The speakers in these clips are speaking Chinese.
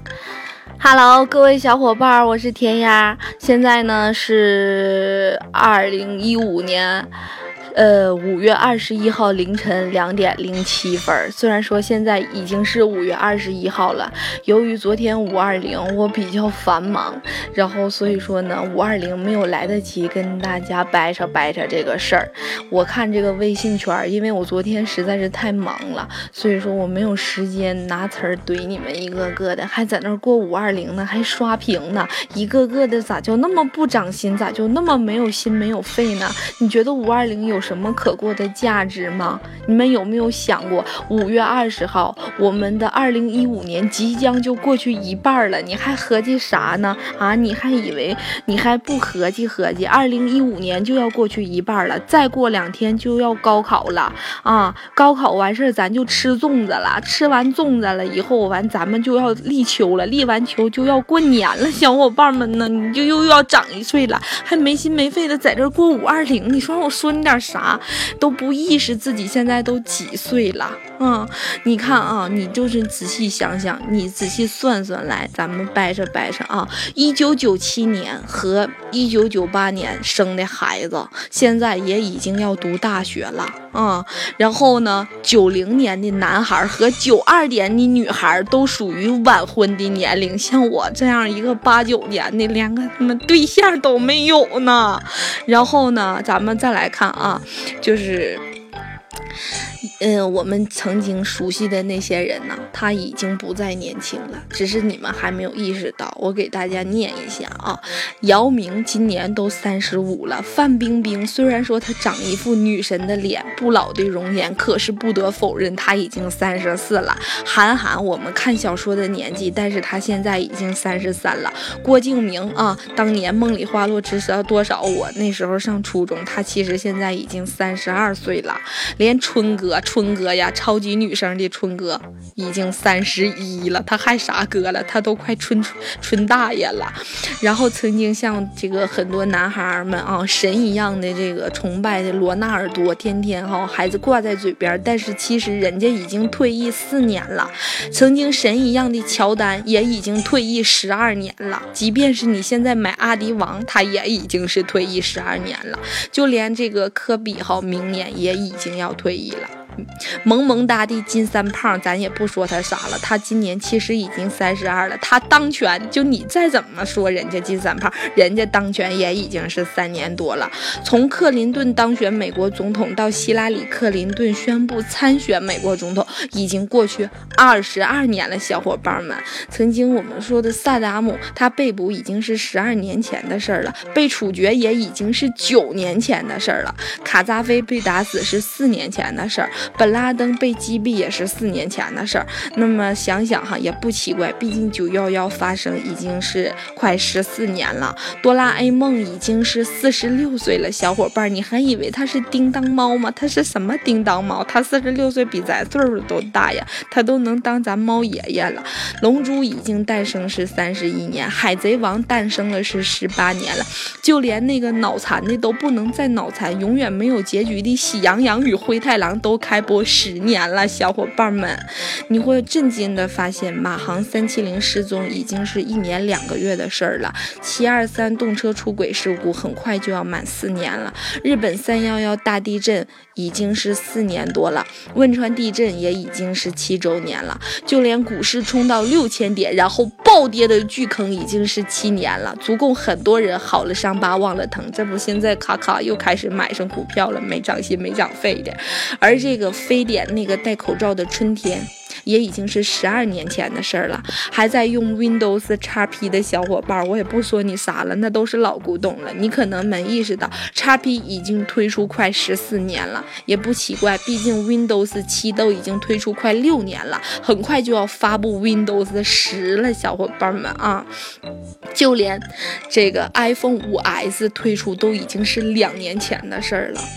Hello，各位小伙伴，我是甜丫。现在呢是2015年5月21号凌晨2点07分。虽然说现在已经是5月21号了，由于昨天520我比较繁忙，然后所以说呢520没有来得及跟大家掰扯这个事儿。我看这个微信圈，因为我昨天实在是太忙了，所以说我没有时间拿词儿怼你们一个个的，还在那过520呢，还刷屏呢，一个个的咋就那么不长心，咋就那么没有心没有肺呢？你觉得520有什么可过的价值吗？你们有没有想过5月20号我们的2015年即将就过去一半了，你还合计啥呢？你还以为你还不合计2015年就要过去一半了，再过2天就要高考了高考完事儿咱就吃粽子了，吃完粽子了以后咱们就要立秋了，立完秋就要过年了，小伙伴们呢，你就又要长1岁了，还没心没肺的在这过520，你说我说你点啥，都不意识自己现在都几岁了。你看你就是仔细想想，你仔细算算来，咱们掰扯1997年和1998年生的孩子现在也已经要读大学了然后呢90年的男孩和92年的女孩都属于晚婚的年龄，像我这样一个89年的连个他们对象都没有呢。然后呢咱们再来看就是我们曾经熟悉的那些人呢，他已经不再年轻了，只是你们还没有意识到。我给大家念一下姚明今年都35了，范冰冰虽然说她长一副女神的脸，不老的容颜，可是不得否认她已经34了。韩寒我们看小说的年纪，但是他现在已经33了。郭敬明当年梦里花落知晓多少，我那时候上初中，他其实现在已经32岁了。连春哥呀，超级女生的春哥已经31了，他还啥哥了，他都快春大爷了。然后曾经像这个很多男孩们神一样的这个崇拜的罗纳尔多，天天孩子挂在嘴边，但是其实人家已经退役4年了。曾经神一样的乔丹也已经退役12年了，即便是你现在买阿迪王，他也已经是退役12年了。就连这个科比明年也已经要退役了。萌萌哒的金三胖咱也不说他啥了，他今年其实已经32了。他当权，就你再怎么说人家金三胖，人家当权也已经是3年多了。从克林顿当选美国总统到希拉里克林顿宣布参选美国总统，已经过去22年了，小伙伴们。曾经我们说的萨达姆，他被捕已经是12年前的事儿了，被处决也已经是9年前的事儿了。卡扎菲被打死是4年前的事儿，本拉登被击毙也是4年前的事儿。那么想想也不奇怪，毕竟911发生已经是快14年了。哆啦 A 梦已经是46岁了，小伙伴，你还以为他是叮当猫吗？他是什么叮当猫？他46岁比咱岁数都大呀，他都能当咱猫爷爷了。龙珠已经诞生是31年，海贼王诞生了是18年了，就连那个脑残的都不能再脑残，永远没有结局的喜羊羊与灰太狼都开播10年了，小伙伴们，你会震惊的发现马航370失踪已经是1年2个月的事儿了。723动车出轨事故很快就要满4年了。日本311大地震已经是4年多了，汶川地震也已经是7周年了，就连股市冲到6000点然后暴跌的巨坑已经是7年了，足够很多人好了伤疤忘了疼，这不现在咔咔又开始买上股票了，没长心没长肺的。而这个非典那个戴口罩的春天也已经是12年前的事儿了。还在用 Windows XP 的小伙伴，我也不说你啥了，那都是老古董了。你可能没意识到 XP 已经推出快14年了，也不奇怪，毕竟 Windows 7都已经推出快6年了，很快就要发布 Windows 10了，小伙伴们就连这个 iPhone 5S 推出都已经是2年前的事儿了。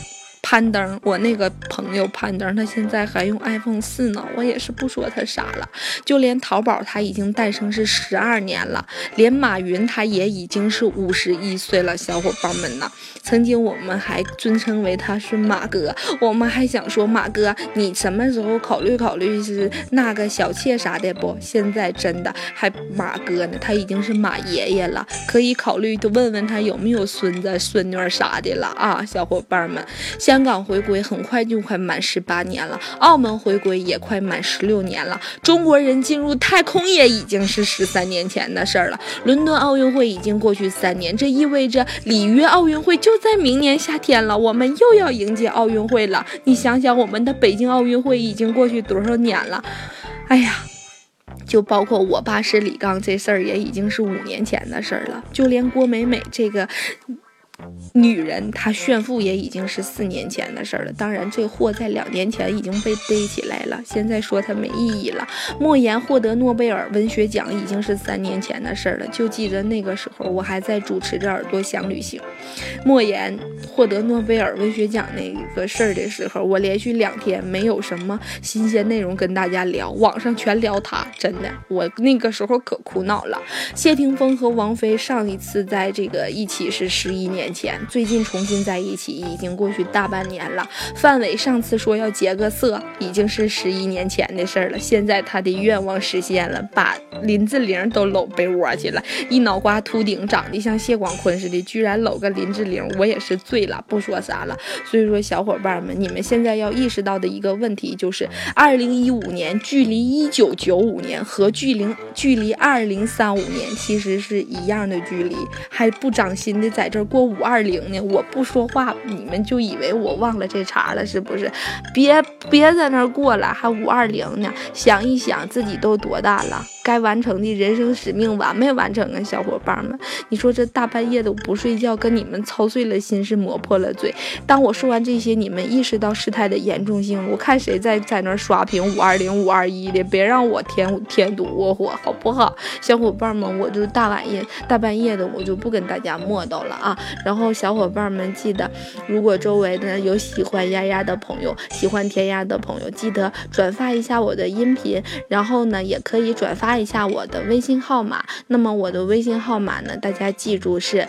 攀登，我那个朋友攀登，他现在还用 iPhone 4呢，我也是不说他啥了。就连淘宝他已经诞生是12年了，连马云他也已经是51岁了，小伙伴们呢，曾经我们还尊称为他是马哥，我们还想说马哥你什么时候考虑是那个小妾啥的不？现在真的还马哥呢，他已经是马爷爷了，可以考虑的问问他有没有孙子孙女啥的了啊，小伙伴们。香港回归很快就快满18年了，澳门回归也快满16年了，中国人进入太空也已经是13年前的事儿了，伦敦奥运会已经过去3年，这意味着里约奥运会就在明年夏天了，我们又要迎接奥运会了。你想想我们的北京奥运会已经过去多少年了，哎呀，就包括我爸是李刚这事儿也已经是5年前的事儿了，就连郭美美这个女人她炫富也已经是4年前的事儿了，当然这货在2年前已经被逮起来了，现在说它没意义了。莫言获得诺贝尔文学奖已经是3年前的事儿了，就记着那个时候我还在主持着耳朵想旅行，莫言获得诺贝尔文学奖那个事儿的时候，我连续2天没有什么新鲜内容跟大家聊，网上全聊他，真的我那个时候可苦恼了。谢霆锋和王菲上一次在这个一起是11年前，最近重新在一起已经过去大半年了。范伟上次说要结个色已经是11年前的事儿了，现在他的愿望实现了，把林志玲都搂被窝去了，一脑瓜秃顶长得像谢广坤似的，居然搂个林志玲，我也是醉了，不说啥了。所以说小伙伴们，你们现在要意识到的一个问题就是2015年距离1995年和距离2035年其实是一样的距离，还不长心的在这过520呢，我不说话你们就以为我忘了这茬了是不是？别在那儿过了还520呢，想一想自己都多大了，该完成的人生使命完没完成啊，小伙伴们？你说这大半夜的我不睡觉，跟你们操碎了心，是磨破了嘴。当我说完这些，你们意识到事态的严重性，我看谁在那儿刷屏520、521的，别让我添堵窝火，好不好？小伙伴们，我就大半夜的，我就不跟大家磨叨了啊。然后小伙伴们记得，如果周围的有喜欢丫丫的朋友，喜欢甜丫的朋友，记得转发一下我的音频，然后呢，也可以转发一下我的微信号码。那么我的微信号码呢，大家记住是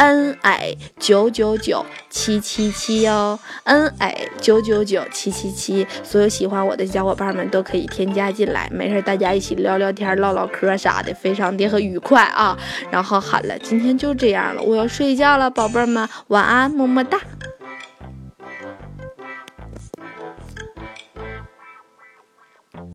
NI999777 哦 ，NI999777。所有喜欢我的小伙伴们都可以添加进来，没事大家一起聊聊天、唠唠嗑啥的，非常的愉快啊。然后好了，今天就这样了，我要睡觉了，宝贝儿们，晚安，么么哒。